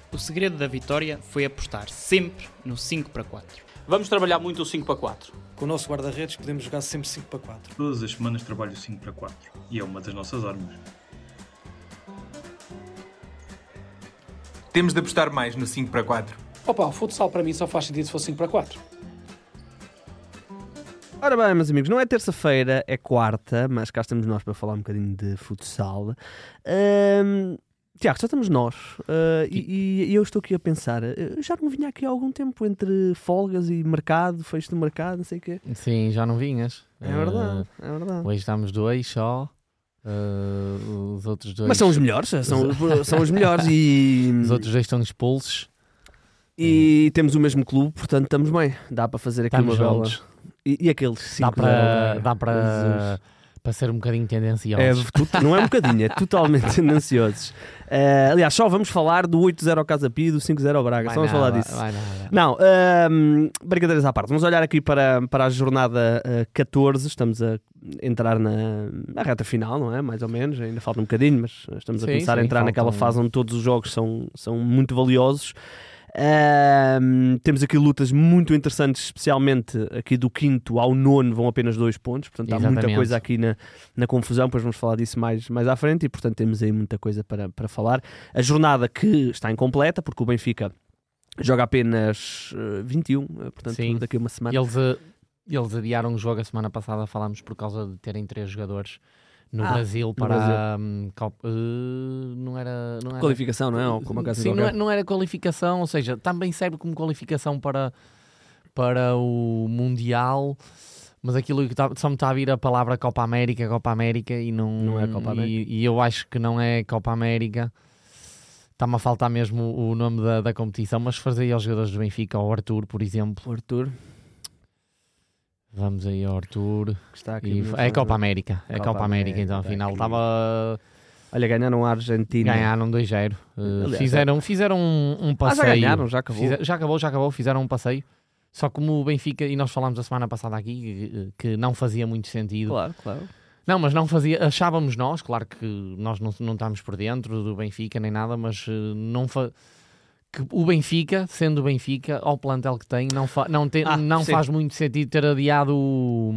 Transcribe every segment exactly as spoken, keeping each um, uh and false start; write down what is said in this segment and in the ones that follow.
O segredo da vitória foi apostar sempre no cinco para quatro. Vamos trabalhar muito o cinco para quatro. Com o nosso guarda-redes podemos jogar sempre cinco para quatro. Todas as semanas trabalho o cinco para quatro e é uma das nossas armas. Temos de apostar mais no cinco para quatro. Opa, o futsal para mim só faz sentido se for cinco para quatro. Ora bem, meus amigos, não é terça-feira, é quarta, mas cá estamos nós para falar um bocadinho de futsal. Um, Tiago, já estamos nós uh, e, e eu estou aqui a pensar, eu já não vinha aqui há algum tempo entre folgas e mercado, fecho do mercado, não sei o quê. Sim, já não vinhas. É verdade, uh, é verdade. Hoje estamos dois só. Uh, os outros dois... Mas são os melhores, são, são os melhores e... Os outros dois estão expulsos. E temos o mesmo clube, portanto estamos bem. Dá para fazer aqui estamos uma bola. juntos. E, e aqueles cinco Dá para, dá para, para ser um bocadinho tendenciosos. É, tu, não é um bocadinho, é totalmente tendenciosos. Uh, aliás, só vamos falar do oito zero ao Casa Pia e do cinco zero ao Braga. Vai só vamos nada, falar disso. vai nada. Não, uh, brincadeiras à parte. Vamos olhar aqui para, para a jornada uh, catorze. Estamos a entrar na, na reta final, não é? Mais ou menos. Ainda falta um bocadinho, mas estamos a sim, começar sim, a entrar faltam... naquela fase onde todos os jogos são, são muito valiosos. Uh, temos aqui lutas muito interessantes, especialmente aqui do quinto ao nono vão apenas dois pontos, portanto Exatamente. há muita coisa aqui na, na confusão, depois vamos falar disso mais, mais à frente e portanto temos aí muita coisa para, para falar. A jornada que está incompleta porque o Benfica joga apenas uh, vinte e um, portanto Sim. daqui a uma semana. Eles, eles adiaram o jogo a semana passada, falámos por causa de terem três jogadores no ah, Brasil para no Brasil. Um, Copa, uh, não era, não era qualificação, não é? Ou como sim, não, é, não era qualificação, ou seja, também serve como qualificação para, para o Mundial, mas aquilo que tá, só me está a vir a palavra Copa América, Copa América e não, não é Copa América. E, e eu acho que não é Copa América. Está-me a faltar mesmo o nome da, da competição, mas fazer aí aos jogadores do Benfica, ao Arthur, por exemplo. O Arthur. Vamos aí ao Arthur. Está aqui E é Copa América. É Copa Copa América, então América, afinal aqui. estava... Olha, ganharam a Argentina. Ganharam dois zero. Uh, Aliás, fizeram, fizeram um, um passeio. Ah, já ganharam, já acabou. Fizer, já acabou, já acabou. Fizeram um passeio. Só como o Benfica, e nós falámos a semana passada aqui, que, que não fazia muito sentido. Claro, claro. Não, mas não fazia, achávamos nós, claro que nós não, não estamos por dentro do Benfica nem nada, mas uh, não fa... que o Benfica, sendo o Benfica, ao plantel que tem, não, fa... não, te... ah, não faz muito sentido ter adiado o,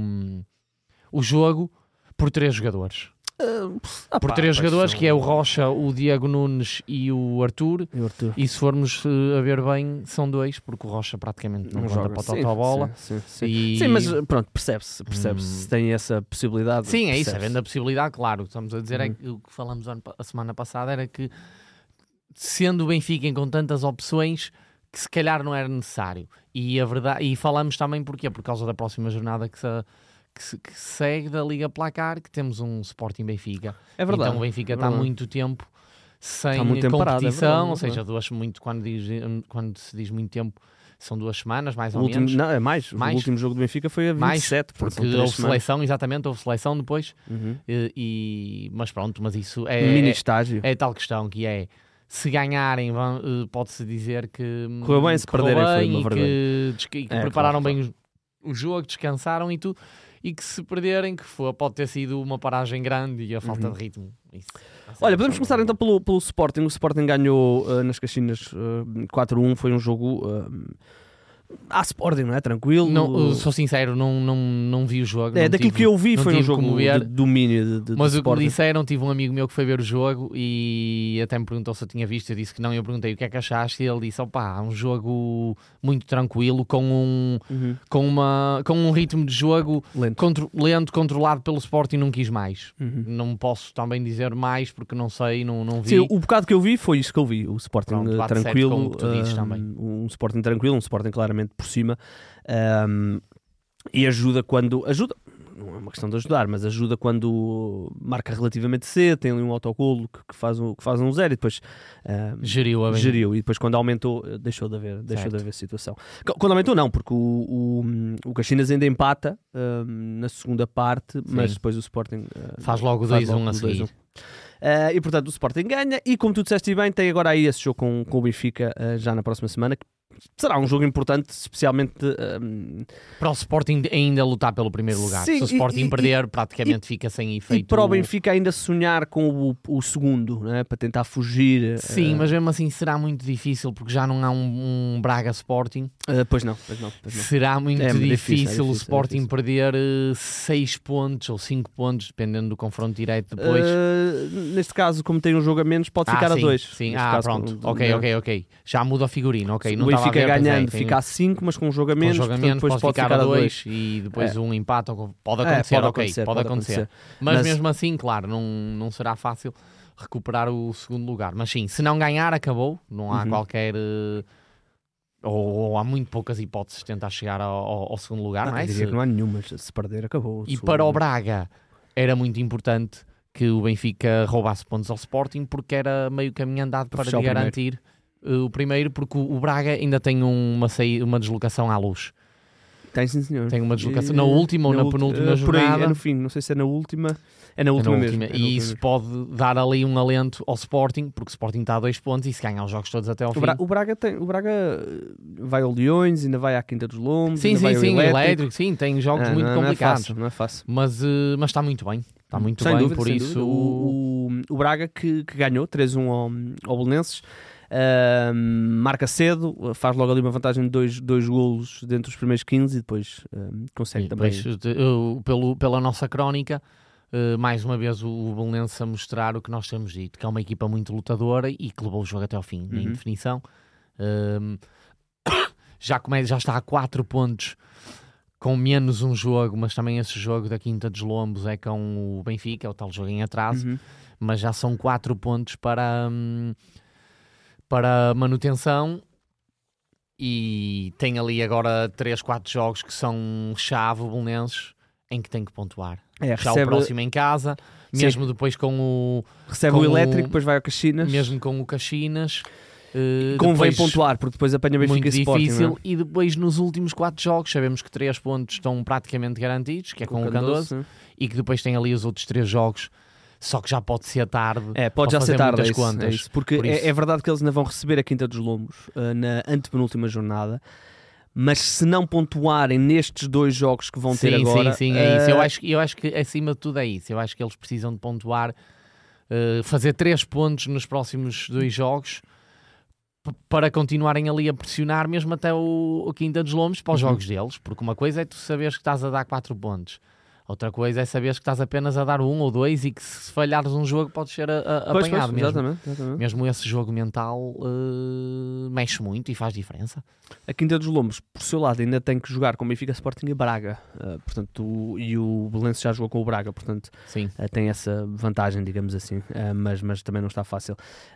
o jogo por três jogadores. Uh, por opa, três jogadores, são... que é o Rocha, o Diego Nunes e o Arthur. E, o Arthur. E se formos uh, a ver bem, são dois, porque o Rocha praticamente não, não conta para a bola. Sim, sim, sim. E... sim, mas pronto, percebe-se, percebe-se hum... se tem essa possibilidade. Sim, é percebe-se. isso, havendo a possibilidade, claro. Estamos a dizer, Hum. é que o que falamos a semana passada era que, sendo o Benfica com tantas opções, que se calhar não era necessário. E a verdade, e falamos também porquê? Por causa da próxima jornada que se, que se que segue da Liga Placar, que temos um Sporting Benfica. É verdade. Então o Benfica é está há verdade. muito tempo sem Está muito tempo competição, parado, é verdade, ou é seja, verdade. duas, muito, quando, diz, quando se diz muito tempo, são duas semanas, mais O ou último, menos. não, é mais. mais. O último jogo do Benfica foi a vinte e sete, Mais, porque são três houve semanas. seleção, exatamente, houve seleção depois. Uhum. E, e- mas pronto, mas isso é, Um mini é, estágio. é tal questão que é, se ganharem, vão, eh, pode-se dizer que hum, Correu bem, se correu perderem foi bem uma e vergonha. que, desca- e que É, prepararam claro, bem o, o jogo, descansaram e tudo, e que se perderem, que foi, pode ter sido uma paragem grande e a falta Uhum. de ritmo. Isso. Olha, podemos começar então pelo, pelo Sporting. O Sporting ganhou uh, nas Caxinas uh, quatro a um, foi um jogo uh, à Sporting, não é? Tranquilo. Não, eu sou sincero, não, não, não vi o jogo. É, não daquilo tive- que eu vi não foi um tive jogo como ver. de domínio de, de, Mas do o que me Sporting. disseram, tive um amigo meu que foi ver o jogo e até me perguntou se eu tinha visto. Eu disse que não, eu perguntei o que é que achaste e ele disse, opá, um jogo muito tranquilo, com um, Uhum. com uma, com um ritmo de jogo Lento. contro- lento, controlado pelo Sporting, não quis mais. Uhum. Não posso também dizer mais porque não sei, não, não vi. Sim, o bocado que eu vi foi isso que eu vi. O Sporting Pronto, uh, bate certo tranquilo. com o que tu dizes uh, também. Um Sporting tranquilo, um Sporting claramente por cima. Um, e ajuda quando... Ajuda... Não é uma questão de ajudar, mas ajuda quando marca relativamente cedo, tem ali um autogolo que, que, faz um, que faz um zero e depois um, Geriu a bem. geriu. E depois quando aumentou, uh, deixou de haver, deixou de Certo. haver situação. Qu- Quando aumentou não, porque o, o, o Caxinas ainda empata um, na segunda parte, mas depois o Sporting uh, Faz logo faz dois a um logo a o dois a um. seguir. Uh, e portanto o Sporting ganha e como tu disseste bem, tem agora aí esse jogo com, com o Benfica uh, já na próxima semana, que será um jogo importante, especialmente um, para o Sporting ainda lutar pelo primeiro lugar. Sim, se o Sporting e, perder, e, praticamente e, fica sem efeito. E para o Benfica ainda sonhar com o, o segundo, né? Para tentar fugir. Sim, uh, mas mesmo assim será muito difícil, porque já não há um, um Braga Sporting. Uh, pois não, pois não, pois não. Será muito é difícil, difícil, é difícil o Sporting é difícil. perder seis pontos ou cinco pontos, dependendo do confronto direto depois. Uh, neste caso, como tem um jogo a menos, pode ah, ficar sim, a dois. Sim, neste ah, caso, pronto. com, ok, né? ok, ok. Já muda o figurino. Okay. O Não Benfica a ver, ganhando, é, tem... fica a cinco, mas com um jogo a menos, com um jogo a menos depois pode, pode ficar, ficar a dois. e depois é. um empate. Pode É, acontecer, pode ok, acontecer, pode, pode acontecer. acontecer. Mas, Mas mesmo assim, claro, não, não será fácil recuperar o segundo lugar. Mas sim, se não ganhar, acabou. Não há Uhum. qualquer... Uh, ou, ou há muito poucas hipóteses de tentar chegar ao, ao, ao segundo lugar. Não, não é? eu diria Se- que não há nenhuma, se perder, acabou. E Se para o Braga era muito importante que o Benfica roubasse pontos ao Sporting, porque era meio caminho andado Para para fechar lhe o garantir uh, o primeiro, porque o, o Braga ainda tem uma, saí- uma deslocação à Luz. Tem, sim, senhor. Tem uma deslocação E- na última ou na ulti- penúltima eh, por aí, jornada. é no fim, não sei se é na última. É na É na última mesmo. última. é na E última isso mesmo. pode dar ali um alento ao Sporting, porque o Sporting está a dois pontos e se ganhar os jogos todos até ao O, fim. Bra- o Braga tem, o Braga eh, vai ao Leões, ainda vai à Quinta dos Lombos, Sim, ainda vai sim, ao sim, o Elétrico. elétrico, sim, tem jogos Ah, muito não, complicados. Não é fácil, não é fácil. Mas, uh, mas está muito bem. Está muito Sem bem, dúvida, por sem isso. dúvida. O, o, o Braga que, que ganhou três a um ao, ao Belenenses. Uh, marca cedo, faz logo ali uma vantagem de dois, dois golos dentro dos primeiros quinze e depois uh, consegue E também. depois, uh, pelo, pela nossa crónica, uh, mais uma vez o, o Belenenses a mostrar o que nós temos dito, que é uma equipa muito lutadora e que levou o jogo até ao fim, Uhum. em definição. Um, já, come, já está a quatro pontos com menos um jogo, mas também esse jogo da Quinta dos Lombos é com o Benfica, é o tal jogo em atraso, Uhum. mas já são quatro pontos para, hum, para manutenção e tem ali agora três, quatro jogos que são chave o Belenenses em que tem que pontuar. É, Já o recebe, próximo em casa, Sim. mesmo depois com o recebe com o o- Elétrico, depois vai ao Caxinas. mesmo com o Caxinas. Uh, Convém depois, pontuar, porque depois apanha Benfica muito e Sporting. difícil, não é? e depois nos últimos quatro jogos sabemos que três pontos estão praticamente garantidos, que é com, o Candoso, né? e que depois tem ali os outros três jogos, só que já pode ser tarde. É, pode ou já fazer ser tarde, muitas é isso, contas. é isso. Porque Por é- isso. É, verdade que eles ainda vão receber a Quinta dos Lombos uh, na antepenúltima jornada, mas se não pontuarem nestes dois jogos que vão ter sim, agora... Sim, sim, é isso. Eu uh, acho, que- eu acho que acima de tudo é isso. Eu acho que eles precisam de pontuar, uh, fazer três pontos nos próximos dois jogos p- para continuarem ali a pressionar mesmo até o, o Quinta dos Lombos para os Uhum. jogos deles, porque uma coisa é tu saberes que estás a dar quatro pontos, outra coisa é saberes que estás apenas a dar um ou dois e que se falhares um jogo podes ser a, a, Pois, apanhado pois, mesmo. exatamente, exatamente. Mesmo esse jogo mental uh, mexe muito e faz diferença. A Quinta dos Lombos, por seu lado, ainda tem que jogar com Benfica, Sporting e Braga. Uh, portanto, o- e o Belenenses já jogou com o Braga, portanto, Sim. uh, tem essa vantagem, digamos assim. Uh, mas, mas também não está fácil.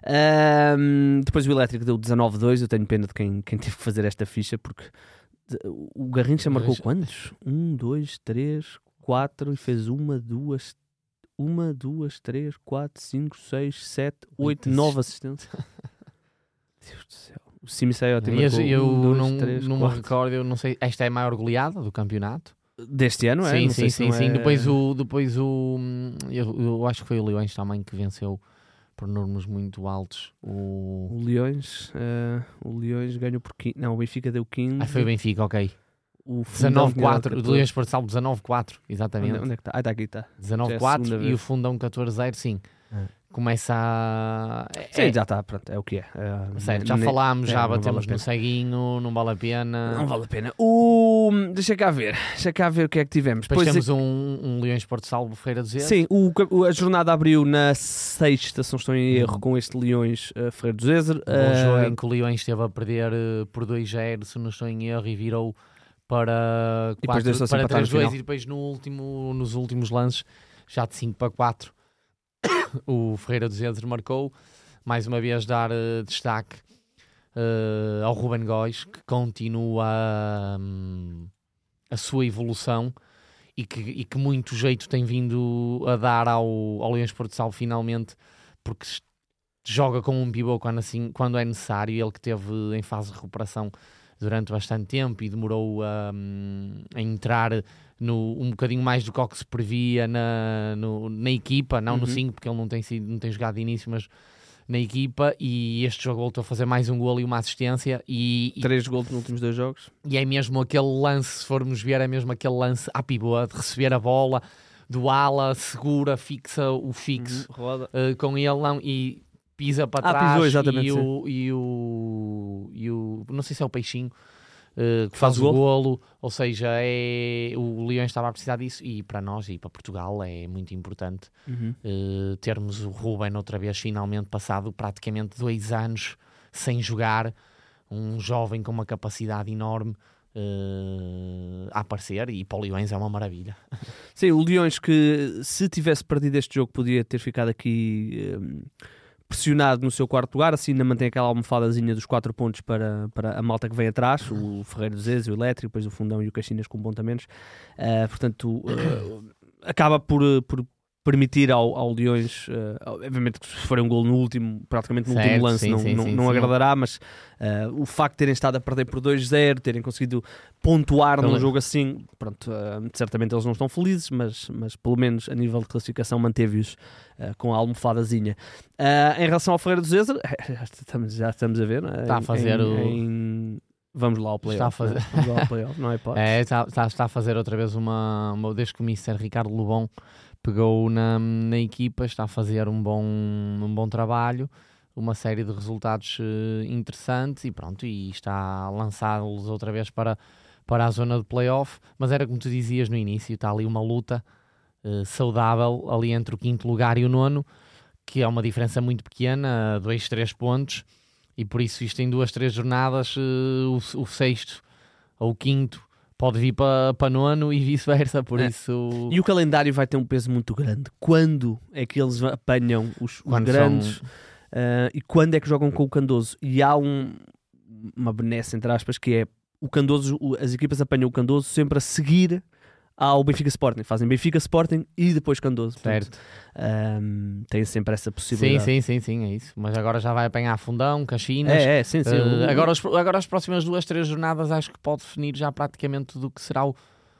Uh, depois o Elétrico deu dezanove a dois. Eu tenho pena de quem, quem teve que fazer esta ficha, porque de- o Garrincha marcou Garrincha- quantos? Um, dois, três, quatro e fez uma, duas, uma, duas, três, quatro, cinco, seis, sete, oito, Oito nove assistências. Deus do céu. O Simi Sayotti Eu, marcou eu um, dois, não, três, não me quatro. recordo, eu não sei, esta é a maior goleada do campeonato. Deste ano, é? Sim, Não sim, sei se sim, não sim. é- Depois o, depois o eu, eu acho que foi o Leões também que venceu por números muito altos. O... O Leões, eh, o Leões ganhou por quinze. Não, o Benfica deu quinze. Ah, foi o Benfica, ok. O Fundão dezanove tinha dado quatro, o catorze. Leões Portugal dezanove quatro, exatamente. Onde, onde é que está? Ah, está aqui, está. dezanove já é a quatro segunda e vez. o Fundão catorze zero, sim. É. Começa a... É, Sim, é, já está, pronto, é o que é. Eh, sério, já ne- falámos, é, já não vale batemos a pena. no ceguinho, não vale a pena. Não vale a pena. O... Deixa cá ver, deixa cá ver o que é que tivemos. Depois Pois temos um, um Leões Porto Salvo Feira do Zé. Sim, o, o- a jornada abriu na sexta, se não estou em erro, Hum. com este Leões uh, Ferreira do Zezer. Um jogo Uh, em que o Leões esteve a perder eh, por dois a zero, se não estou em erro, e virou para, E depois quatro, deixou-se para empatar no três a dois, final. e depois no último, nos últimos lances, já de cinco para quatro, o Ferreira dos Zezer marcou. Mais uma vez dar eh, destaque eh, ao Ruben Góis, que continua hum, a sua evolução e que, e que muito jeito tem vindo a dar ao, ao Leões Porto Salvo finalmente, porque joga com um pivô quando, assim, quando é necessário. Ele que teve em fase de recuperação durante bastante tempo e demorou a, a entrar no, um bocadinho mais do que o que se previa na, no, na equipa, não no Uhum. cinco, porque ele não tem, sido, não tem jogado de início, mas na equipa, e este jogo voltou a fazer mais um golo e uma assistência, e, e, Três golos nos últimos dois jogos. e é mesmo aquele lance, se formos ver, é mesmo aquele lance à pivô, de receber a bola do ala, segura, fixa o fixo, Roda. uh, com ele não, e pisa para Ah, trás, pisou, exatamente, e, o, e, o, e o não sei se é o Peixinho uh, que faz, Faz o o golo, ou seja, é, o Leões estava a precisar disso, e para nós e para Portugal é muito importante Uhum. uh, termos o Ruben outra vez, finalmente passado praticamente dois anos sem jogar, um jovem com uma capacidade enorme uh, a aparecer, e para o Leões é uma maravilha. Sim, o Leões que, se tivesse perdido este jogo, podia ter ficado aqui um, pressionado no seu quarto lugar, assim ainda mantém aquela almofadazinha dos quatro pontos para, para a malta que vem atrás, o Ferreiro dos Zezes, o Elétrico, depois o Fundão e o Caxinas com pontamentos. Uh, portanto, uh, acaba por, por permitir ao, ao Leões, uh, obviamente que se for um gol no último, praticamente no Certo, último lance, sim, não, sim, não, sim, não sim. agradará, mas uh, o facto de terem estado a perder por dois zero, terem conseguido pontuar num Pelo- jogo assim, pronto, uh, certamente eles não estão felizes, mas, mas pelo menos a nível de classificação manteve-os uh, com a almofadazinha. Uh, em relação ao Ferreira do César, já estamos, já estamos a ver, não é? Está a Em- fazer em- o- em- Vamos lá ao playoff. Está a fazer- não é? Vamos lá ao playoff, não é hipótese. É, está, está, está a fazer outra vez uma, uma desde que o mister Ricardo Lobão pegou na, na equipa, está a fazer um bom, um bom trabalho, uma série de resultados uh, interessantes, e pronto, e está a lançá-los outra vez para, para a zona de playoff, mas era como tu dizias no início, está ali uma luta uh, saudável ali entre o quinto lugar e o nono, que é uma diferença muito pequena, dois, três pontos, e por isso isto em duas, três jornadas, uh, o, o sexto ou o quinto pode vir para pa nono e vice-versa, por É. isso... E o calendário vai ter um peso muito grande. Quando é que eles apanham os, os Quando grandes são- uh, e quando é que jogam com o Candoso? E há um, uma benesse, entre aspas, que é o Candoso, o- as equipas apanham o Candoso sempre a seguir ao Benfica Sporting. Fazem Benfica Sporting e depois Candoso. Portanto, Certo. um, tem sempre essa Sim, possibilidade. sim, sim, sim, é isso. Mas agora já vai apanhar Fundão, Caxinas. É, é, sim, sim. Uh, O- agora, os- agora as próximas duas, três jornadas acho que pode definir já praticamente do que será o,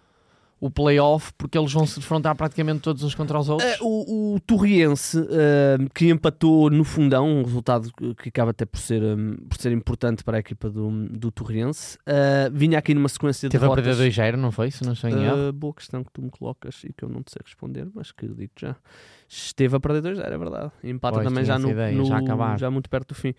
o play-off, porque eles vão se defrontar praticamente todos uns contra os outros. Eh, o, o Torriense, eh, que empatou no Fundão, um resultado que, que acaba até por ser, um, por ser importante para a equipa do, do Torriense, eh, vinha aqui numa sequência de Teve a derrotas. perder dois zero, não foi? Se não estou em erro. Eh, boa questão que tu me colocas e que eu não te sei responder, mas que eu digo já. Esteve a perder dois zero, é verdade. E empata Pois, também tinha já, essa no, ideia, no- já acabar. já muito perto do fim.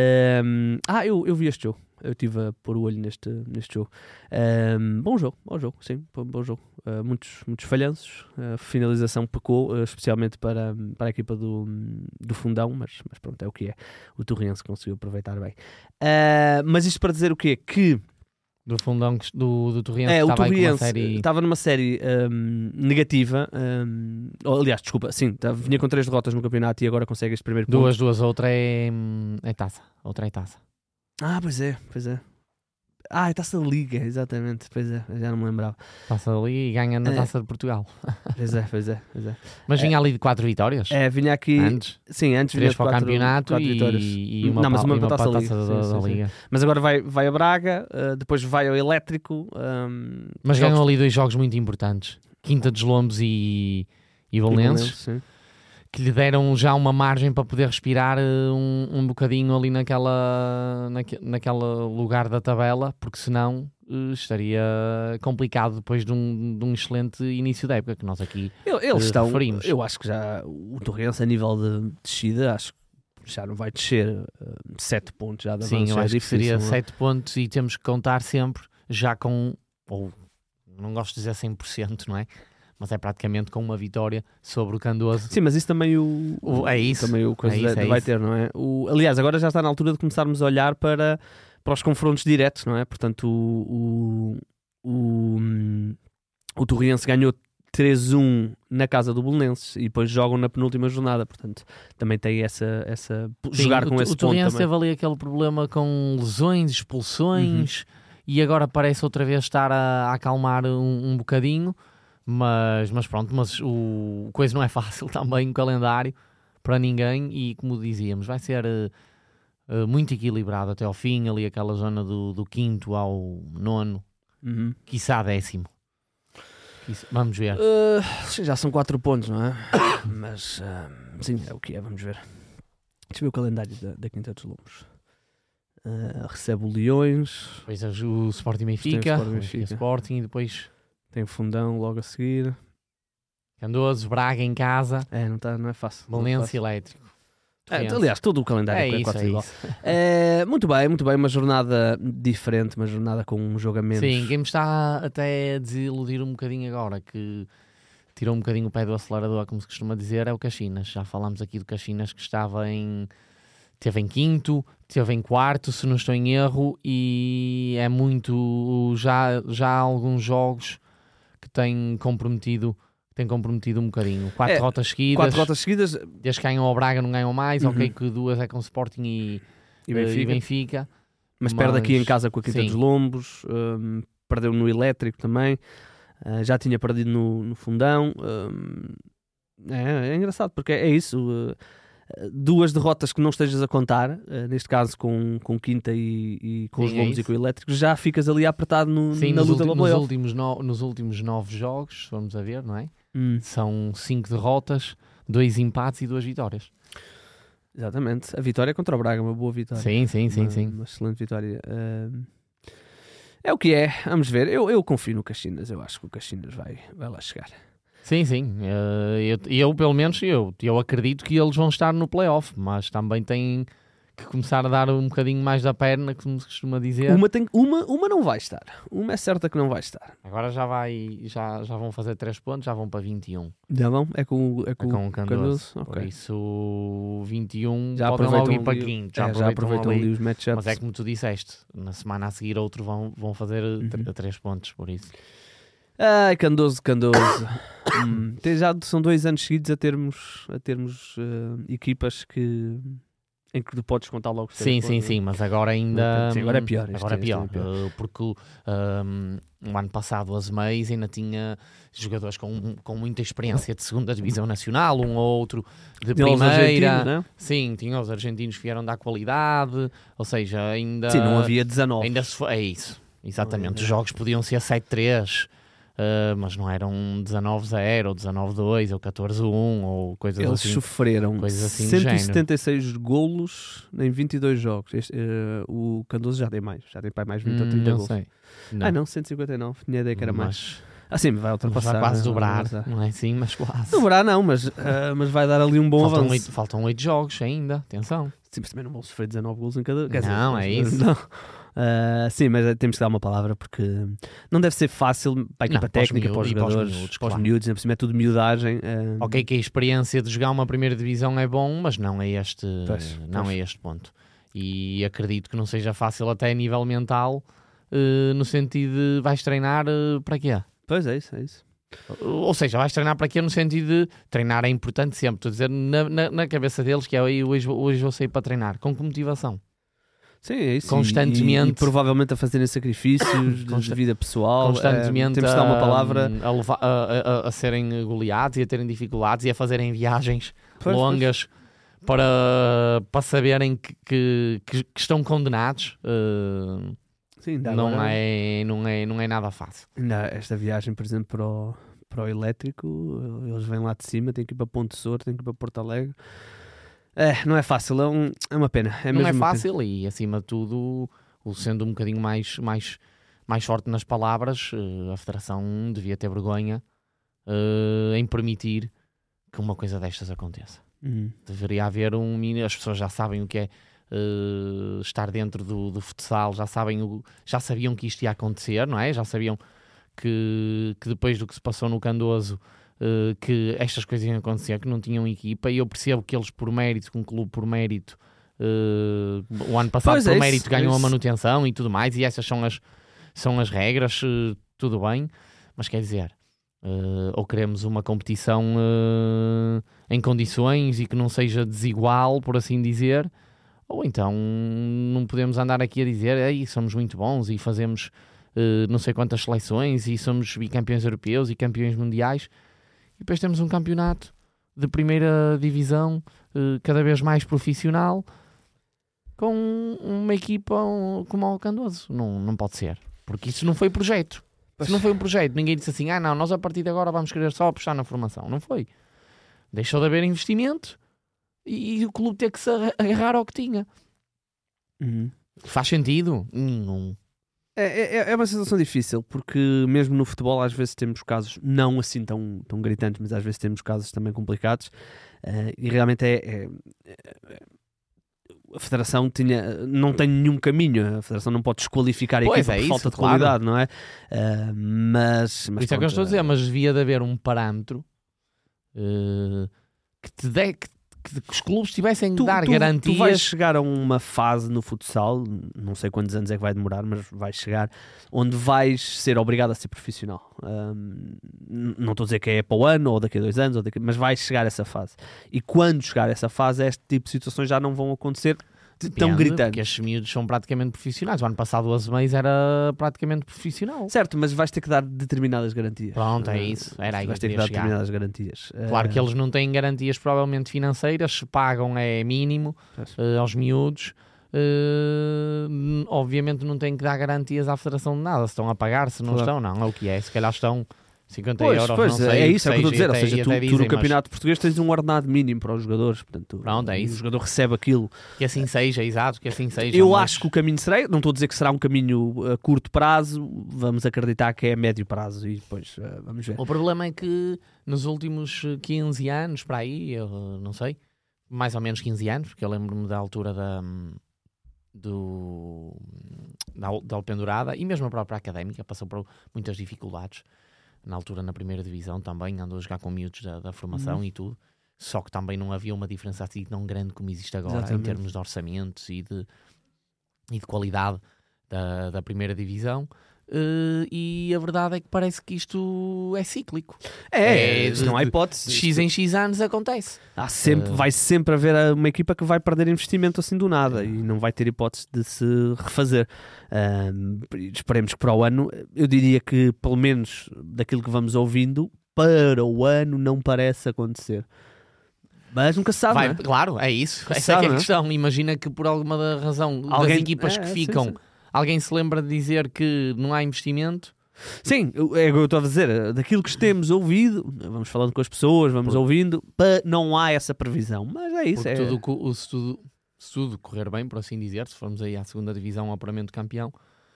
Ehm, ah, eu, eu vi este jogo. Eu estive a pôr o olho neste, neste jogo. Ehm, bom jogo, bom jogo, sim, bom, bom jogo. Uh, muitos, muitos falhanços. A finalização pecou, uh, especialmente para, para a equipa do, do Fundão, mas, mas pronto, é o que é. O Torrense conseguiu aproveitar bem. Uh, mas isto para dizer o quê? Que Do Fundão, que- do, do Torriense, é, que o estava aí com uma Torriense série... estava numa série um, negativa. Um, ou, aliás, desculpa, sim, tá- vinha com três derrotas no campeonato e agora consegue este primeiro ponto. Duas, duas, outra é, hum, é taça. Outra é taça. Ah, pois é, pois é. Ah, é Taça da Liga, exatamente. Pois é, já não me lembrava. Passa ali e ganha na É. taça de Portugal. Pois é, pois é, pois é. Mas vinha ali de quatro vitórias. É, vinha aqui. Antes. Sim, antes vinha Três de para o quatro, campeonato quatro e, vitórias. e uma, Não, mas pa- uma e para a Taça para a Liga. taça Sim, da, sim, da sim. Liga. Mas agora vai, vai a Braga, uh, depois vai ao Elétrico. Um, Mas jogos- ganham ali dois jogos muito importantes. Quinta dos Lombos e, e e Valenses, sim. que lhe deram já uma margem para poder respirar eh, um, um bocadinho ali naquela, naque, naquela lugar da tabela, porque senão eh, estaria complicado depois de um, de um excelente início da época, que nós aqui... Eu- Eles eh, estão, referimos. eu acho que já o Torrense a nível de descida, acho que já não vai descer uh, sete pontos já da Sim, avanço, eu já é acho que difícil, seria não é? sete pontos e temos que contar sempre já com, ou não gosto de dizer cem por cento, não é? Mas é praticamente com uma vitória sobre o Candoso. Sim, mas isso também o, O- é isso, também o coisa é isso, de- é vai isso. ter, não é? O, aliás, agora já está na altura de começarmos a olhar para, para os confrontos diretos, não é? Portanto, o, o, o, hum, o Torriense ganhou três a um na casa do Belenenses e depois jogam na penúltima jornada, portanto, também tem essa, essa Sim, jogar o, com o esse ponto Torriense também. teve ali aquele problema com lesões, expulsões, Uhum. e agora parece outra vez estar a, a acalmar um, um bocadinho, mas, mas pronto, mas o, o coisa não é fácil também, o calendário, para ninguém, e como dizíamos, vai ser eh, eh, muito equilibrado até ao fim, ali aquela zona do, do quinto ao nono, Uhum. quiçá décimo. Quiçá- Vamos ver. Uh, sim, já são quatro pontos, não é? Mas uh, sim, é o que é, vamos ver. Deixa eu ver o calendário da, da Quinta dos Lombos. Uh, recebe o Leões, Depois é o Sporting Benfica, Tem o Sporting o Benfica. Sporting, e depois tem o Fundão logo a seguir. Candoso, Braga em casa, É, não, tá, não é fácil. não é Valência fácil. Elétrico. É, Torrense. aliás, todo o calendário é é isso, quase é igual. isso. É, muito bem, muito bem. Uma jornada diferente, uma jornada com um jogo a menos. Sim, quem me está até a desiludir um bocadinho agora, que tirou um bocadinho o pé do acelerador, como se costuma dizer, é o Caxinas. Já falámos aqui do Caxinas, que estava em... Teve em quinto, teve em quarto, se não estou em erro, e é muito... Já, já há alguns jogos que têm comprometido... Tem comprometido um bocadinho. Quatro É, rotas seguidas. Quatro rotas seguidas Desde que ganham ao Braga não ganham mais. Uhum. Ok, que duas é com Sporting e, e eh, Benfica. e Benfica. Mas, perde aqui mas- em casa com a Quinta sim. dos Lombos. hum, perdeu no Elétrico também. ah, já tinha perdido no, no Fundão. hum, é, é engraçado porque é isso. uh, duas derrotas que não estejas a contar, uh, neste caso com, com Quinta e, e com Sim, os é Lombos isso. e com o Elétrico, já ficas ali apertado no, Sim, na nos, luta ulti- pelo nos, playoff. últimos no- nos últimos nove jogos, vamos a ver, não é? Hum, São cinco derrotas, dois empates e duas vitórias. exatamente. A vitória contra o Braga, uma boa vitória. Sim, sim, sim, uma, sim. uma excelente vitória. hum, é o que é, vamos ver. Eu, eu confio no Caxinas, eu acho que o Caxinas vai, vai lá chegar. Sim, sim. Eh, eu, eu, pelo menos, eu, eu acredito que eles vão estar no playoff, mas também têm que começar a dar um bocadinho mais da perna, como se costuma dizer. Uma, tem, uma, uma não vai estar. Uma é certa que não vai estar. Agora já vai, já, já vão fazer três pontos, já vão para vinte e um. Já vão? É com, o- é É com, com o o Candoso. Ok. Por isso, vinte e um Já podem logo aproveitam ir para ali- quinto. é, Já já aproveitam, aproveitam ali. ali os matchups. Mas é como tu disseste, na semana a seguir outro vão, vão fazer tr- Uhum. três pontos, por isso. Ai, Candoso, Candoso. Hum, tem- já são dois anos seguidos a termos, a termos eh, equipas que, em que tu podes contar logo. os Sim, três sim, pontos. sim, mas agora ainda... Sim, agora é pior, este Agora é este pior, ano é pior. eh, porque um, no ano passado as Meis ainda tinha jogadores com, com muita experiência de segunda divisão nacional, um ou outro de Tinha os primeira. argentinos, né? Sim, tinha os argentinos que vieram dar qualidade, ou seja, ainda... Sim, não havia dezanove. Ainda se foi, é isso, exatamente. havia. Os jogos podiam ser sete três, uh, mas não eram dezanove zero, ou dezanove dois, ou catorze um, ou coisas Eles assim. sofreram coisas assim do cento e setenta e seis golos em vinte e dois jogos. Este, eh, o Candoso já tem mais. Já tem para mais vinte ou Hum, trinta não golos. sei. Ah, não, cento e cinquenta e nove. Tinha ideia que era mais. Mas, Ah, sim, vai mas ultrapassar. vai quase né? dobrar, Vai não é assim, mas quase. Dobrar não, mas, ah, mas vai dar ali um bom Faltam avanço. oito, faltam oito jogos ainda, atenção. Sim, mas também não vão sofrer dezanove golos em cada. quer Não, dizer, é isso. Não. Ah, sim, mas temos que dar uma palavra porque não deve ser fácil para a equipa Não, para os técnica, para os miúdos e para os jogadores, miúdos, para os claro. miúdos, ainda por cima é tudo miudagem. ah, Ok, que a experiência de jogar uma primeira divisão é bom, mas não é este, Pois, não pois. é este ponto. E acredito que não seja fácil até a nível mental, eh, no sentido de vais treinar eh, para quê? Pois é isso, é isso. Ou seja, vais treinar para quê no sentido de treinar é importante sempre. Estou a dizer na, na, na cabeça deles que é "Ei, hoje, vou- hoje vou sair para treinar. Com que motivação? Sim, é isso. Constantemente. E, e provavelmente a fazerem sacrifícios de- de Consta- vida pessoal. Constantemente ah, temos que dar uma a- palavra. a, leva- a, a- a serem goleados e a terem dificuldades e a fazerem viagens Pois, longas para, para saberem que, que, que- que estão condenados. eh, Sim, ainda não, agora- é, não, é, não é nada fácil. ainda esta viagem, por exemplo, para o, para o elétrico, eles vêm lá de cima, têm que ir para Ponte Sor, têm que ir para Porto Alegre. É, não é fácil, é, um- é uma pena. É não mesmo é uma pena. fácil e, acima de tudo, o sendo um bocadinho mais, mais, mais forte nas palavras, eh, a Federação devia ter vergonha eh, em permitir que uma coisa destas aconteça. Hum. Deveria haver um mínimo, as pessoas já sabem o que é eh, estar dentro do, do futsal, já sabem o, já sabiam que isto ia acontecer, não é? Já sabiam que, que depois do que se passou no Candoso, eh, que estas coisas iam acontecer, que não tinham equipa, e eu percebo que eles por mérito, que um clube por mérito, eh, o ano passado Pois por é, mérito isso, ganhou a isso. manutenção e tudo mais, e essas são as, são as regras, eh, tudo bem, mas quer dizer, eh, ou queremos uma competição eh, em condições e que não seja desigual, por assim dizer, ou então não podemos andar aqui a dizer Ei, somos muito bons e fazemos eh, não sei quantas seleções e somos bicampeões europeus e campeões mundiais, e depois temos um campeonato de primeira divisão eh, cada vez mais profissional com uma equipa como o Candoso. Não, não pode ser, porque isso não foi projeto. Pois. Isso não foi um projeto. Ninguém disse assim, ah não, nós a partir de agora vamos querer só apostar na formação. Não foi. Deixou de haver investimento e o clube ter que se agarrar ao que tinha. Uhum. Faz sentido? Nenhum. É, é, é uma situação difícil, porque mesmo no futebol às vezes temos casos não assim tão, tão gritantes, mas às vezes temos casos também complicados, uh, e realmente é, é, é a Federação tinha, não tem nenhum caminho, a Federação não pode desqualificar a Pois equipa é por isso, falta de claro. qualidade, não é? Uh, mas, mas Por isso é que eu estou a dizer, mas devia de haver um parâmetro uh, que te dê, que, que, que os clubes tivessem de tu, dar tu, garantias. tu vais chegar a uma fase no futsal, não sei quantos anos é que vai demorar, mas vais chegar, onde vais ser obrigado a ser profissional. Um, não estou a dizer que é para o ano, ou daqui a dois anos, ou daqui, mas vais chegar a essa fase. E quando chegar a essa fase, este tipo de situações já não vão acontecer tão Depende, gritantes. Porque estes miúdos são praticamente profissionais. O ano passado o Azeméis era praticamente profissional. Certo, mas vais ter que dar determinadas garantias. Pronto, é Uh, isso. Era aí vais que ter eu que dar queria chegar. determinadas garantias. Claro Uh, que eles não têm garantias provavelmente financeiras, se pagam é mínimo uh, aos miúdos. Uh, obviamente não têm que dar garantias à Federação de nada, se estão a pagar, se não Claro. estão, não é o que é. Se calhar estão cinquenta Pois, euros, pois, não sei. é isso, é o que eu estou a dizer. Ou até- seja, e tu, até tu no dizem, mas campeonato português tens um ordenado mínimo para os jogadores. Portanto, Pronto, é e isso. o jogador recebe aquilo. Que assim seja, exato, que assim seja. Eu mas- acho que o caminho será, não estou a dizer que será um caminho a curto prazo, vamos acreditar que é a médio prazo e depois uh, vamos ver. O problema é que nos últimos quinze anos, para aí, eu não sei, mais ou menos quinze anos, porque eu lembro-me da altura da, do, da, da Alpendurada, e mesmo a própria Académica passou por muitas dificuldades. Na altura, na primeira divisão também, andou a jogar com miúdos da, da formação Uhum. e tudo. Só que também não havia uma diferença assim tão grande como existe agora, Exatamente. em termos de orçamentos e de, e de qualidade da, da primeira divisão. Uh, e a verdade é que parece que isto é cíclico. É, É, isto de- não há de- hipótese. De X em X anos acontece. Há sempre, Uh, vai sempre haver uma equipa que vai perder investimento assim do nada e não vai ter hipótese de se refazer. Um, esperemos que para o ano, eu diria que pelo menos daquilo que vamos ouvindo, para o ano não parece acontecer. Mas nunca se sabe, Vai- não é? Claro, é isso. Se Essa é, sabe, que é a não é? questão. Imagina que por alguma da razão Alguém- das equipas é, que sim, ficam, sim. alguém se lembra de dizer que não há investimento. Sim, é o que eu estou a dizer. Daquilo que temos ouvido, vamos falando com as pessoas, vamos Por- ouvindo, pa- não há essa previsão. Mas é isso. Porque É, tudo, co- o, se, tudo, se tudo correr bem, por assim dizer, se formos aí à segunda divisão, ao apuramento de campeão,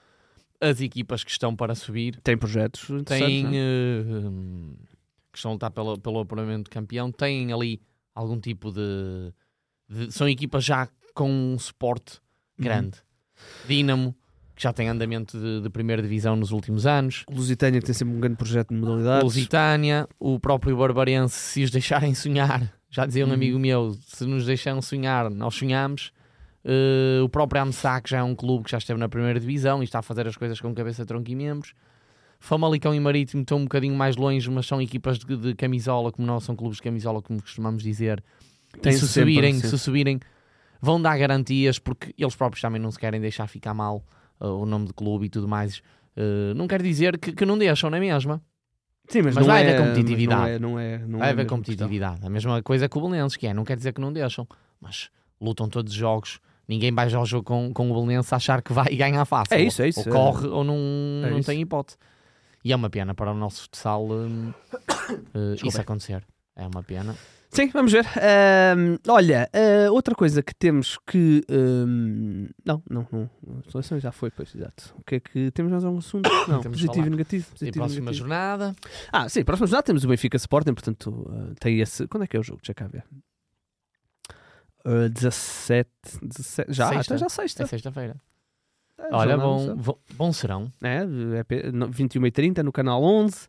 as equipas que estão para subir tem projetos interessantes, têm, não é? eh, hum, que estão a lutar pelo, pelo apuramento de campeão, têm ali algum tipo de, de- são equipas já com um suporte grande. Dínamo, que já tem andamento de, de primeira divisão nos últimos anos. Lusitânia, que tem sempre um grande projeto de modalidades. Lusitânia, o próprio Barbarense, se os deixarem sonhar, já dizia um Uhum. amigo meu, se nos deixam sonhar, nós sonhamos. Uh, o próprio Amsac já é um clube que já esteve na primeira divisão e está a fazer as coisas com cabeça, tronco e membros. Famalicão e Marítimo estão um bocadinho mais longe, mas são equipas de, de camisola, como nós, são clubes de camisola, como costumamos dizer. Tem e se sempre, subirem, sim. se subirem, vão dar garantias, porque eles próprios também não se querem deixar ficar mal uh, o nome do clube e tudo mais. Uh, não quer dizer que, que não deixam, não é mesmo? Sim, mas, Mas não vai é, haver competitividade. Não é, não é, não Vai é haver a mesma competitividade. A mesma coisa que o Belenenses, que é, não quer dizer que não deixam, mas lutam todos os jogos. Ninguém vai ao jogo com, com o Belenenses a achar que vai ganhar fácil. É isso, é isso. Ou corre ou não, É não isso. tem hipótese. E é uma pena para o nosso futsal hum, uh, isso acontecer. É uma pena. questão. Sim, vamos ver. Ahm, olha, ah, outra coisa que temos que... ahm, não, não, não. A seleção já foi, pois, exato. O que é que... Temos mais algum assunto? Não, Temos de positivo falar. e negativo. E Positivo e próxima negativo. jornada. Ah, sim, próxima jornada temos o Benfica Sporting, portanto, ah, tem esse... Quando é que é o jogo? Deixa cá ver. Ah, dezassete, dezassete... Já, Sexta. então já sexta. É sexta-feira. É, Olha, jornada, bom, não bom, bom serão. É, é pe- no- vinte e uma e trinta no canal onze.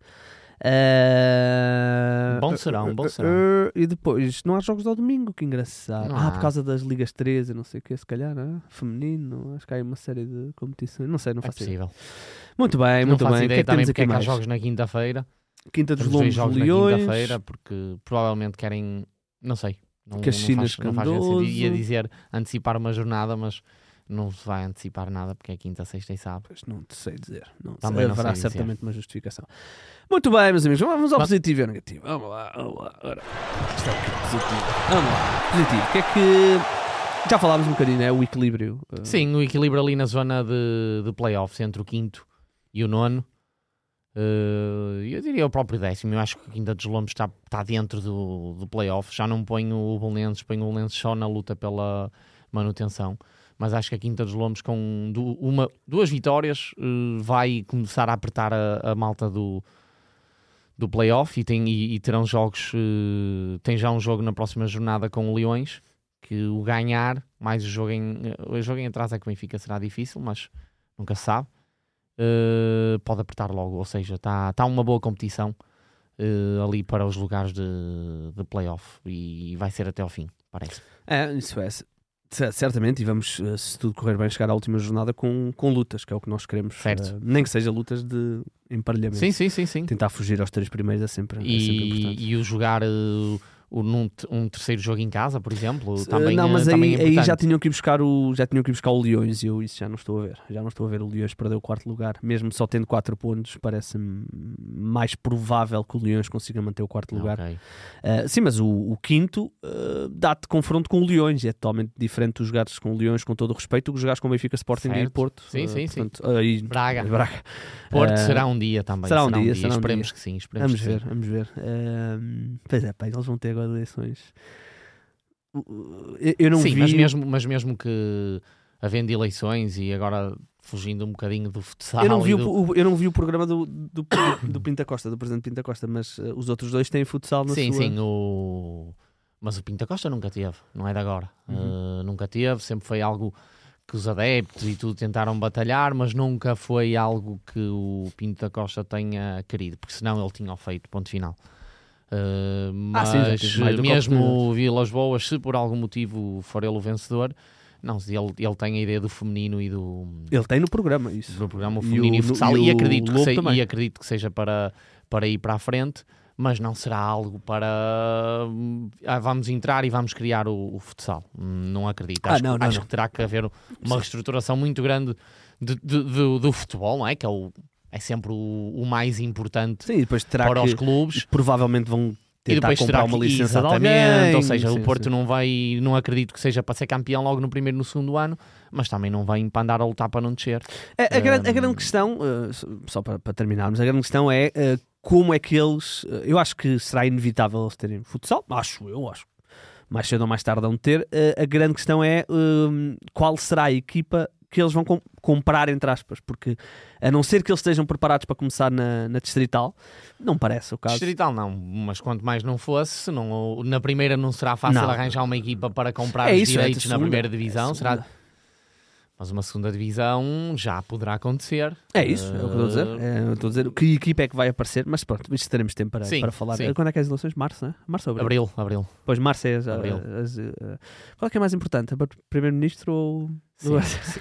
Uh, Bom serão, bom serão. uh, e depois, não há jogos ao domingo, que engraçado. Não ah, há. por causa das Ligas três e não sei o que, se calhar, ah, feminino, acho que há aí uma série de competições. Não sei, não É faço ideia. possível. Muito bem, Não muito faço bem. O que ideia é que também temos porque aqui é que há mais? jogos na quinta-feira. Quinta dos Temos dois Lombos jogos na Leões. quinta-feira porque provavelmente querem, não sei, não, não Caxinas, faz, não faz grande Candoso. sentido. Ia dizer antecipar uma jornada, mas não se vai antecipar nada porque é quinta, sexta e sábado. Pois não te sei dizer. Não Também sei. não Haverá sei dizer. certamente uma justificação. Muito bem, meus amigos. Vamos ao Mas- positivo e ao negativo. Vamos lá, vamos lá. Ora, isto é o que é positivo. Vamos lá. Positivo. O que é que... Já falámos um bocadinho, é o equilíbrio. uh, Sim, o equilíbrio ali na zona de, de playoffs entre o quinto e o nono. Uh, eu diria o próprio décimo. Eu acho que a Quinta dos Lombos está, está dentro do, do play-off. Já não ponho o Belenenses, ponho o Belenenses só na luta pela manutenção. Mas acho que a Quinta dos Lombos, com du- uma, duas vitórias, uh, vai começar a apertar a, a malta do, do play-off e, tem, e, e terão jogos. Uh, tem já um jogo na próxima jornada com o Leões, que o ganhar, mais o jogo em, o jogo em atraso é que o Benfica será difícil, mas nunca se sabe. Uh, pode apertar logo, ou seja, está tá uma boa competição uh, ali para os lugares de, de play-off e vai ser até ao fim, parece. É, isso é. Certamente, e vamos, se tudo correr bem, chegar à última jornada com, com lutas, que é o que nós queremos. Certo. Uh, nem que seja lutas de emparelhamento. Sim, sim, sim, sim. Tentar fugir aos três primeiros é sempre, é sempre importante. E, e o jogar uh, o, num, um terceiro jogo em casa, por exemplo, também, não, mas uh, aí, também é importante. aí já tinham que ir buscar o já tinham que ir buscar o Leões e eu isso já não estou a ver. Já não estou a ver o Leões perder o quarto lugar, mesmo só tendo quatro pontos, parece-me mais provável que o Leões consiga manter o quarto lugar. Okay. Uh, sim, mas o, o quinto uh, dá-te confronto com o Leões, e é totalmente diferente tu jogares com o Leões, com todo o respeito, do que jogares com o Benfica, Sporting Certo. e Porto. Sim, uh, sim, portanto, sim. Uh, e, Braga. Braga. Porto Uh, será um dia também. será um dia, será um Esperemos dia. que sim. Esperemos Vamos que ver, sim. vamos ver. Uh, pois é, pá, eles vão ter agora eleições. Eu, eu não Sim, vi... mas mesmo, mas mesmo que havendo eleições e agora fugindo um bocadinho do futsal. Eu não, vi e o, do... o- eu não vi o programa do, do, do Pinta Costa, do presidente Pinta Costa, mas uh, os outros dois têm futsal na Sim, sua... sim, o... mas o Pinta Costa nunca teve, não é de agora. Uhum. Uh, nunca teve, sempre foi algo que os adeptos e tudo tentaram batalhar, mas nunca foi algo que o Pinta Costa tenha querido, porque senão ele tinha o feito, ponto final. Uh, Ah, mas sim, já teve mais do que mesmo o Vilas Boas, se por algum motivo for ele o vencedor, não, ele, ele tem a ideia do feminino e do, Ele tem no programa isso. do programa o E feminino e, o- o futsal, e e, o acredito que Lobo se- também. e acredito que seja para, para ir para a frente, mas não será algo para ah, vamos entrar e vamos criar o, o futsal. Hum, Não acredito. Ah, Acho, não, que- não, acho não. que terá que haver uma reestruturação muito grande de- de- do, do futebol, não é? Que é, o, é sempre o, o mais importante Sim, e depois terá para que... os clubes. Provavelmente vão E tentar depois comprar terá que, uma licença de exatamente, alguém. ou seja, Sim, o Porto sim. não vai, não acredito que seja para ser campeão logo no primeiro e no segundo ano, mas também não vai para andar a lutar para não descer. A, a grande, a Um, grande questão, uh, só para, para terminarmos, a grande questão é uh, como é que eles. Uh, eu acho que será inevitável eles terem futsal, acho eu, acho. Mais cedo ou mais tarde vão ter. Uh, a grande questão é uh, qual será a equipa que eles vão com- comprar, entre aspas, porque a não ser que eles estejam preparados para começar na, na Distrital, não parece o caso. Distrital não, mas quanto mais não fosse, não, na primeira não será fácil Não. arranjar uma equipa para comprar É os isso, é direitos de na segunda, primeira é divisão, de será... segunda. Mas uma segunda divisão já poderá acontecer. É isso, é o que eu estou a dizer. É, eu estou a dizer que equipa é que vai aparecer, mas pronto, isto teremos tempo para, Sim, para falar. sim. Quando é que é as eleições? Março, né? Março ou abril? Abril, abril. Pois março é as, Abril. as- as- qual é que é mais importante? A primeiro-ministro ou... Sim.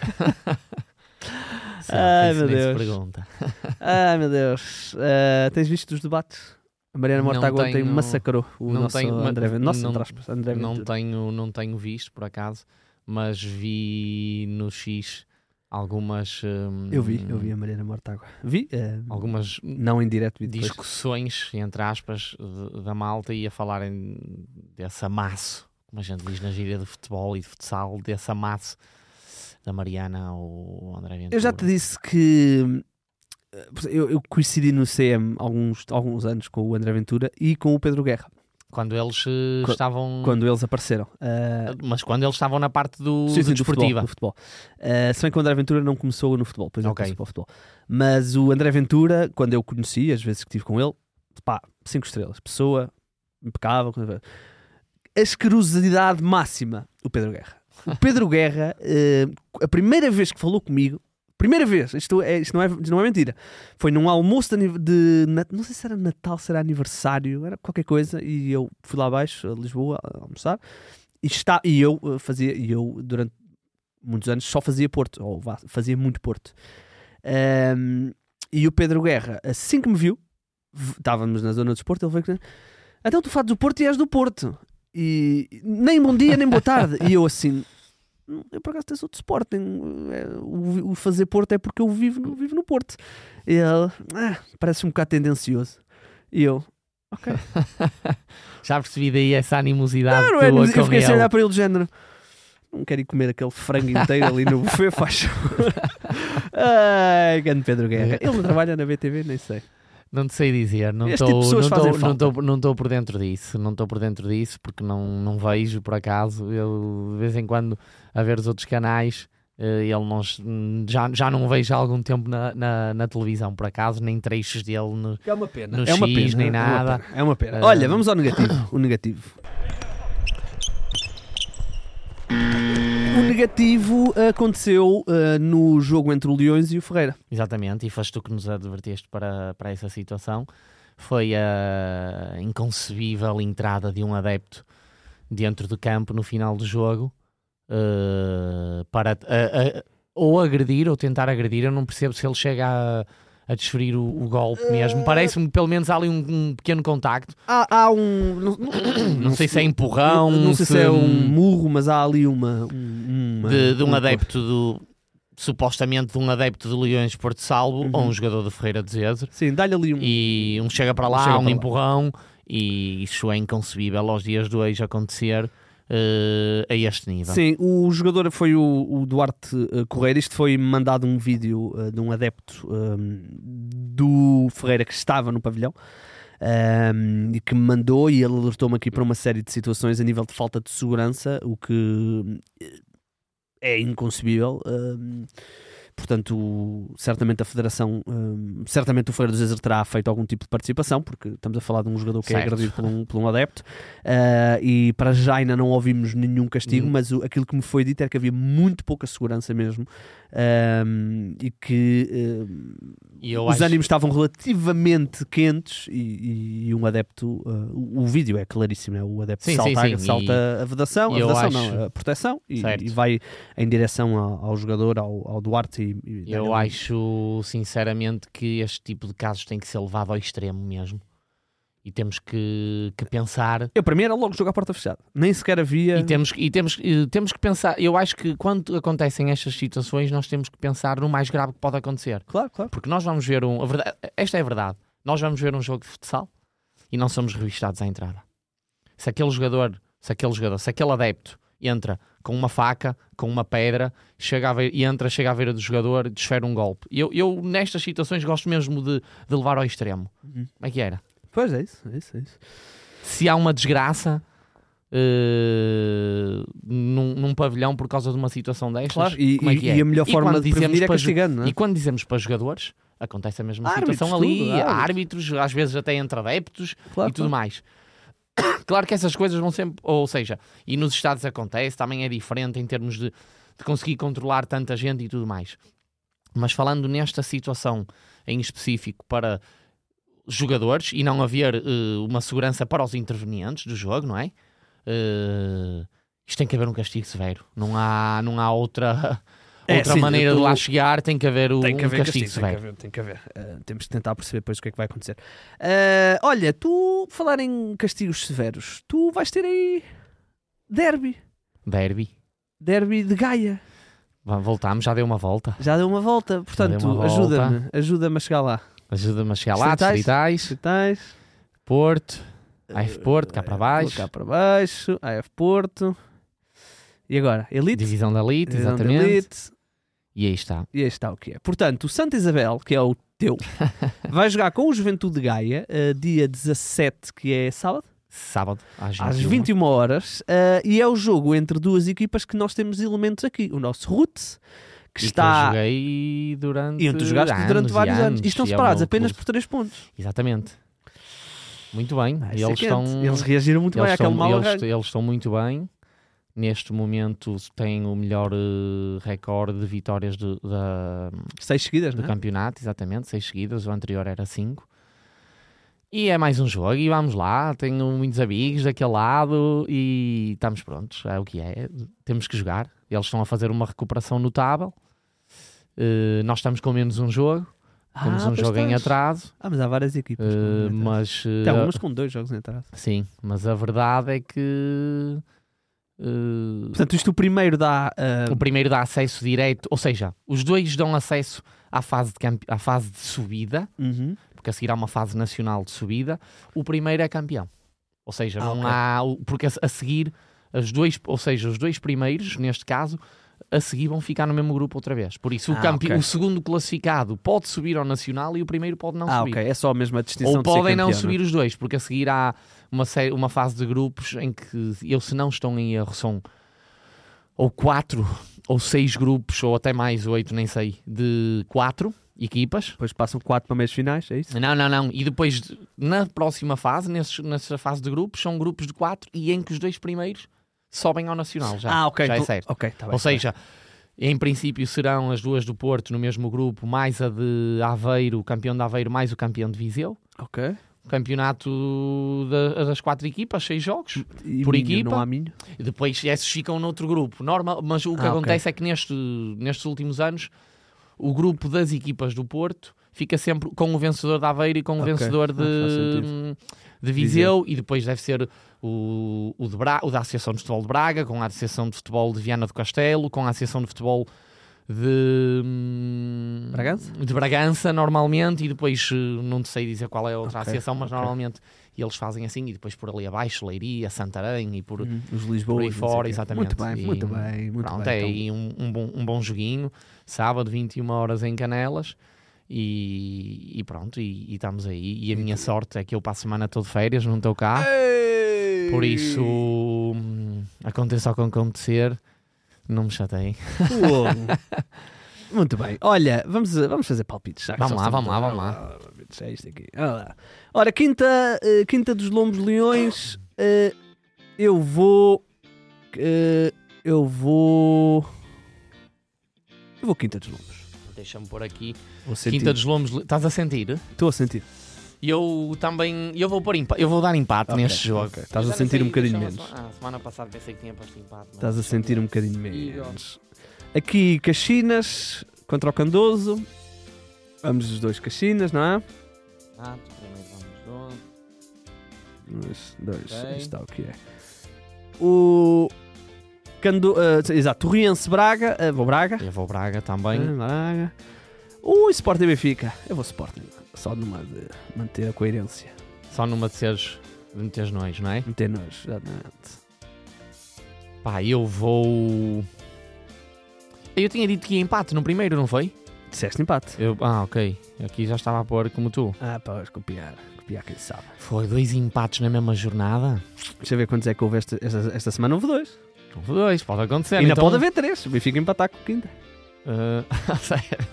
Sim, Ai, isso meu nem se Deus. pergunta. Ai meu Deus. Uh, tens visto os debates? A Mariana Não Mortágua ontem tenho- massacrou o não nosso tenho- mas- André Ventura. Nossa, não- entre aspas, André Não Ventura. tenho, não tenho visto, por acaso, mas vi no X algumas... hum, Eu vi, eu vi a Mariana Mortágua. Vi, uh, algumas não em direto, vi depois. discussões, entre aspas, de- da malta e a falarem desse amasso, como a gente diz na gíria de futebol e de futsal, desse amasso da Mariana ao André Ventura. Eu já te disse que uh, eu, eu coincidi no C M alguns, alguns anos com o André Ventura e com o Pedro Guerra, Quando eles eh, Qu- estavam... quando eles apareceram. Uh, Mas quando eles estavam na parte do, Sim, sim, do do futebol. desportiva. Do futebol. Uh, se bem que o André Ventura não começou no futebol, depois ele Ok. passou para o futebol. Mas o André Ventura, quando eu conheci, às vezes que estive com ele, pá, cinco estrelas. Pessoa impecável. A asquerosidade máxima, o Pedro Guerra. O Pedro Guerra, uh, a primeira vez que falou comigo, primeira vez, isto, é, isto não, é, isto não é mentira, foi num almoço de, aniv- de Nat- não sei se era Natal, se era aniversário, era qualquer coisa, e eu fui lá abaixo, a Lisboa, a almoçar, e, está, e eu uh, fazia, e eu durante muitos anos só fazia Porto, ou vá, fazia muito Porto. Um, e o Pedro Guerra, assim que me viu, v- estávamos na zona do Porto, ele veio que então tu fazes do Porto e és do Porto. E nem bom dia, nem boa tarde. E eu assim, eu por acaso até sou de Sporting. É, o, o fazer Porto é porque eu vivo no, vivo no Porto. E ele, ah, parece um bocado tendencioso. E eu, ok. Já percebi daí essa animosidade Não, não é, tua eu com fiquei a ele. olhar para ele do género. Não quero ir comer aquele frango inteiro ali no buffet, faz favor. Ai, grande Pedro Guerra. Ele não trabalha na B T V, nem sei. Não te sei dizer, não Este estou tipo de pessoas não fazem estou- não falta. estou- não estou por dentro disso, não estou por dentro disso porque não, não vejo por acaso. Eu de vez em quando a ver os outros canais, eh, ele não, já, já não vejo há algum tempo na, na, na televisão por acaso, nem trechos dele no, É uma pena. no é uma X, pena, nem é uma nada. pena, É uma pena. Ah. Olha, vamos ao negativo. O negativo. O negativo aconteceu uh, no jogo entre o Leões e o Ferreira. Exatamente, e foste tu que nos advertiste para, para essa situação. Foi a inconcebível entrada de um adepto dentro do campo no final do jogo uh, para uh, uh, ou agredir ou tentar agredir. Eu não percebo se ele chega a, a desferir o, o golpe mesmo. Parece-me que pelo menos há ali um, um pequeno contacto. Há, há um. Não, não- Não sei se é empurrão, Não sei se é um murro, mas há ali uma. um- uma de, de um uma- adepto do. Supostamente de um adepto de Leões Porto Salvo Uhum. ou um jogador de Ferreira de Zezer. Sim, dá-lhe ali um. E um chega para lá, Chega um para lá. empurrão, e isso é inconcebível aos dias de hoje acontecer eh, a este nível. Sim, o jogador foi o, o Duarte uh, Correia. Isto foi mandado um vídeo uh, de um adepto um, do Ferreira que estava no pavilhão um, e que me mandou, e ele alertou-me aqui para uma série de situações a nível de falta de segurança, o que uh, é inconcebível. um, Portanto, certamente a Federação, hum, certamente o Ferreira do Zezer terá feito algum tipo de participação, porque estamos a falar de um jogador que é Certo. agredido por um, por um adepto, uh, e para já ainda não ouvimos nenhum castigo, Hum. mas o, aquilo que me foi dito é que havia muito pouca segurança mesmo, um, e que um, E eu os acho- ânimos estavam relativamente quentes, e, e- e um adepto, uh, o, o vídeo é claríssimo, é o adepto Sim, salta, sim, sim, salta a vedação, a eu vedação acho- não, a proteção, e, Certo. e vai em direção ao, ao jogador, ao, ao Duarte. E, e Eu dá-lhe um- acho sinceramente que este tipo de casos tem que ser levado ao extremo mesmo. E temos que, que pensar. Eu, para mim, era logo jogar a porta fechada. Nem sequer havia. E temos, e temos, e temos que pensar. Eu acho que quando acontecem estas situações, nós temos que pensar no mais grave que pode acontecer. Claro, claro. Porque nós vamos ver um. A verdade, esta é a verdade. Nós vamos ver um jogo de futsal e não somos revistados à entrada. Se aquele jogador, se aquele jogador, se aquele adepto entra com uma faca, com uma pedra, chega a ver, e entra, chega à beira do jogador e desfere um golpe. Eu, eu nestas situações, gosto mesmo de, de levar ao extremo. Uhum. Como é que era? Pois é isso, é isso, é isso. Se há uma desgraça eh, num, num pavilhão por causa de uma situação destas, Claro, e, como é e- que é? e a melhor E forma quando de dizemos prevenir é para ju- castigando, não é? E quando dizemos para jogadores, acontece a mesma Árbitros, situação ali, tudo, árbitros. árbitros. às vezes até entre adeptos Claro, e tudo claro. mais. Claro que essas coisas vão sempre, ou seja, e nos Estados acontece, também é diferente em termos de, de conseguir controlar tanta gente e tudo mais. Mas falando nesta situação em específico para jogadores e não haver eh, uma segurança para os intervenientes do jogo, não é? Eh, isto tem que haver um castigo severo. Não há, não há outra, É, outra sim, maneira eu tô- de lá chegar, tem que haver o- Tem que um haver castigo, castigo, tem que severo. haver, tem que haver. Uh, temos que tentar perceber depois o que é que vai acontecer. Uh, olha, tu, falar em castigos severos, tu vais ter aí derby. Derby. Derby de Gaia. Vá, Voltámos, já deu uma volta. Já deu uma volta, portanto, deu uma volta. ajuda-me, ajuda-me a chegar lá. Ajuda-me a chegar lá, Distritais. Distritais, Distritais. Porto, A F Porto, cá para baixo, Cá para baixo, A F Porto. E agora? Elite? Divisão da Elite, Divisão de exatamente. Elite. E aí está. E aí está o que é. Portanto, o Santa Isabel, que é o teu, vai jogar com o Juventude de Gaia, uh, dia dezassete, que é sábado, Sábado, às às vinte e uma. vinte e uma horas, uh, e é o jogo entre duas equipas que nós temos elementos aqui. O nosso Roots, que E está... eu joguei durante E tu jogaste anos durante e vários anos. anos, E estão e é o separados meu apenas clube. por três pontos. Exatamente. Muito bem. Ah, E isso é eles, quente. estão, Eles reagiram muito eles, bem àquele estão, mal eles, arranjo. eles estão muito bem. Neste momento têm o melhor eh, recorde de vitórias do, da, Seis seguidas, do não é? campeonato, exatamente, seis seguidas, o anterior era cinco. E é mais um jogo, e vamos lá, tenho muitos amigos daquele lado e estamos prontos, é o que é, temos que jogar. Eles estão a fazer uma recuperação notável, uh, nós estamos com menos um jogo, temos Ah, um pois jogo em estás. atraso, Ah, mas há várias equipas. uh, com mas... uh, Tem algumas com dois jogos em atraso. Sim, mas a verdade é que... uh, Portanto, isto o primeiro dá... uh, o primeiro dá acesso direto, ou seja, os dois dão acesso à fase de, campe... à fase de subida, uhum. porque a seguir há uma fase nacional de subida, o primeiro é campeão. Ou seja, Ah, não ok. há... o- Porque a, a seguir, os dois, ou seja, os dois primeiros, neste caso, a seguir vão ficar no mesmo grupo outra vez. Por isso, o, Ah, campe... ok. o segundo classificado pode subir ao Nacional e o primeiro pode não Ah, subir. ok. É só mesmo a distinção Ou de ser podem não campeão, subir os dois, porque a seguir há uma, série, uma fase de grupos em que, eu se não estou em erro, são ou quatro ou seis grupos, ou até mais oito, nem sei, de quatro equipas. Depois passam quatro para meios finais, é isso? Não, não, não. E depois, na próxima fase, nesses, nessa fase de grupos, são grupos de quatro e em que os dois primeiros sobem ao Nacional. Já, ah, ok. já é tu- certo. Ok, tá bem. Ou seja, em princípio serão as duas do Porto no mesmo grupo, mais a de Aveiro, o campeão de Aveiro, mais o campeão de Viseu. Ok. O campeonato da- das quatro equipas, seis jogos. E Por Minho, equipa? Não há Minho? E depois esses ficam noutro grupo. Normal, mas o que Ah, acontece é que neste, nestes últimos anos, o grupo das equipas do Porto fica sempre com o vencedor de Aveiro e com o Ok. vencedor Ah, faz sentido. de, de Viseu, e depois deve ser o, o, de Bra- o da Associação de Futebol de Braga, com a Associação de Futebol de Viana do Castelo, com a Associação de Futebol de hum, Bragança? de Bragança, normalmente, e depois eh, não sei dizer qual é a outra Ok, associação, mas ok. normalmente eles fazem assim, e depois por ali abaixo, Leiria, Santarém e por, Uhum. Os Lisboa. por aí não sei o fora, quê. exatamente. Muito bem, E, muito bem. Muito pronto, bem. é Então, aí um, um, bom, um bom joguinho, sábado, vinte e uma horas em Canelas, e, e pronto, e, e estamos aí. E a minha sorte é que eu passo a semana todo de férias, não estou cá, por isso, hum, aconteça o que acontecer, não me chateiem. Uou. Muito bem. Olha, vamos, vamos fazer palpites. Já que Vamos já lá, estamos vamos lá, a- vamos lá. Palpites, é isto aqui. Olha lá. Ora, quinta, eh, quinta dos Lombos Leões. eh, eu vou. eh, eu vou. Eu vou Quinta dos Lombos. Deixa-me pôr aqui. Vou sentir. Quinta dos Lombos, estás a sentir? Estou a sentir. E eu também, eu vou, pôr empa- eu vou dar empate Ok, neste jogo. ok. Estás Eu a já nem sentir sei, um bocadinho deixa-me menos. só- Ah, semana passada pensei que tinha posto empate. mas Estás a deixa-me sentir ver. um bocadinho E- menos. Aqui, Caxinas contra o Candoso. Vamos os dois Caxinas, não é? Ah, tu primeiro vamos dois. Dois, dois. Ok. Aí está o que é. O. Cando... eh, exato, Torriense Braga. eh, vou Braga. Eu vou Braga também. Ah, Braga. O Sporting Benfica. Eu vou Sporting. Só numa de manter a coerência. Só numa de seres, de meteres nós, não é? Meter nós, exatamente. Pá, eu vou... Eu tinha dito que ia empate no primeiro, não foi? Disseste empate. Eu... Ah, ok. Aqui já estava a pôr como tu. Ah, pá, vais copiar. Copiar quem sabe. Foi dois empates na mesma jornada? Deixa eu ver quantos é que houve esta, esta, esta semana. Houve dois. Houve dois, pode acontecer. Ainda então... pode haver três. O Benfica empatar com o Quinta. Uh, sério?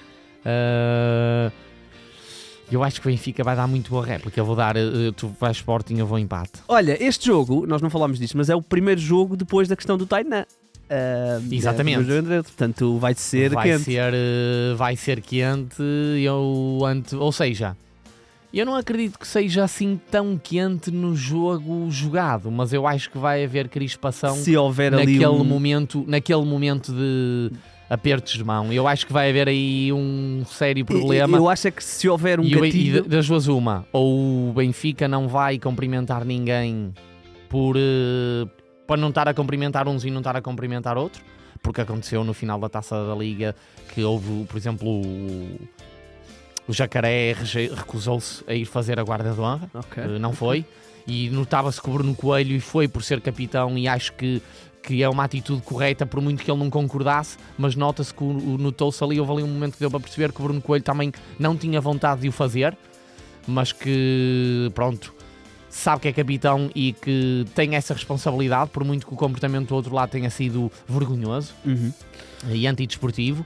Uh, eu acho que o Benfica vai dar muito boa réplica. Eu vou dar, uh, tu vais Sporting, eu vou empate. Olha, este jogo, nós não falámos disto, mas é o primeiro jogo depois da questão do Tainan. Ah, Exatamente. é, do jogo, portanto, vai ser vai quente. ser, uh, vai ser quente. Eu, ante, ou seja, eu não acredito que seja assim tão quente no jogo jogado, mas eu acho que vai haver crispação Se houver ali naquele um... momento, naquele momento de apertos de mão. Eu acho que vai haver aí um sério problema. Eu acho é que se houver um E, o Ben- e gatilho... da- das duas uma, ou o Benfica não vai cumprimentar ninguém por eh, para não estar a cumprimentar uns e não estar a cumprimentar outro, porque aconteceu no final da Taça da Liga que houve, por exemplo, o, o Jacaré reje- recusou-se a ir fazer a guarda de honra, Ok. eh, não foi, e notava-se que o Bruno Coelho e foi por ser capitão, e acho que que é uma atitude correta, por muito que ele não concordasse, mas nota-se que o, o notou-se ali, houve ali um momento que deu para perceber que o Bruno Coelho também não tinha vontade de o fazer, mas que, pronto, sabe que é capitão e que tem essa responsabilidade, por muito que o comportamento do outro lado tenha sido vergonhoso Uhum. e antidesportivo.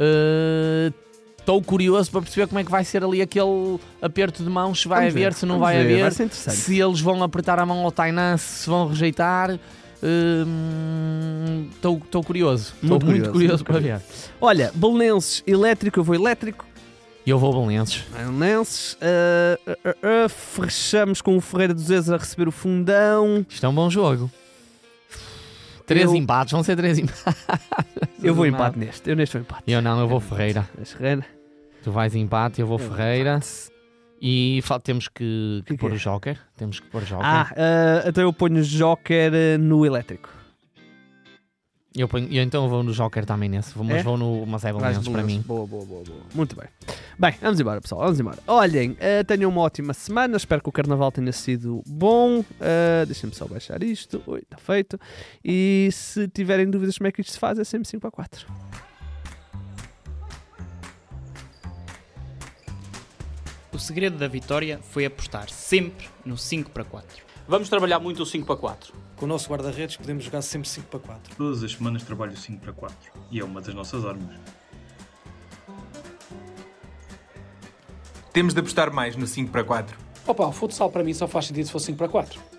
Estou curioso para perceber como é que vai ser ali aquele aperto de mãos, se vai Vamos haver, ver, se não vamos vai ver, haver, vai ser interessante. se eles vão apertar a mão ao Tainan, se vão rejeitar. Estou curioso, estou Muito muito curioso, curioso muito para curioso. ver. Olha, Belenenses elétrico, eu vou elétrico. E eu vou Belenenses. Belenenses. ah, ah, ah, ah, fechamos com o Ferreira dos Zezes a receber o fundão. Isto é um bom jogo. Três Eu- empates, vão ser três empates. Eu vou Não. empate neste. Eu neste vou empate. Eu não, eu vou Ferreira. Mas Ferreira. Tu vais empate, eu vou Ferreira. E fa- temos que, que Que pôr que é? o Joker. Temos que pôr Joker. Ah, ah, então eu ponho Joker ah, no elétrico. Eu, ponho, eu então vou no Joker também nesse, vou- mas É? vou no mas é Vais Belenenses de para Belenenses. mim. Boa, boa, boa, boa. Muito bem. Bem, vamos embora, pessoal. Vamos embora. Olhem, eh, tenham uma ótima semana. Espero que o carnaval tenha sido bom. Uh, Deixem-me só baixar isto. Oi, está feito. E se tiverem dúvidas como é que isto se faz, é sempre cinco para quatro. O segredo da vitória foi apostar sempre no cinco para quatro. Vamos trabalhar muito o cinco para quatro. Com o nosso guarda-redes podemos jogar sempre cinco para quatro. Todas as semanas trabalho cinco para quatro e é uma das nossas armas. Temos de apostar mais no cinco para quatro. Opa, o futsal para mim só faz sentido se for cinco para quatro.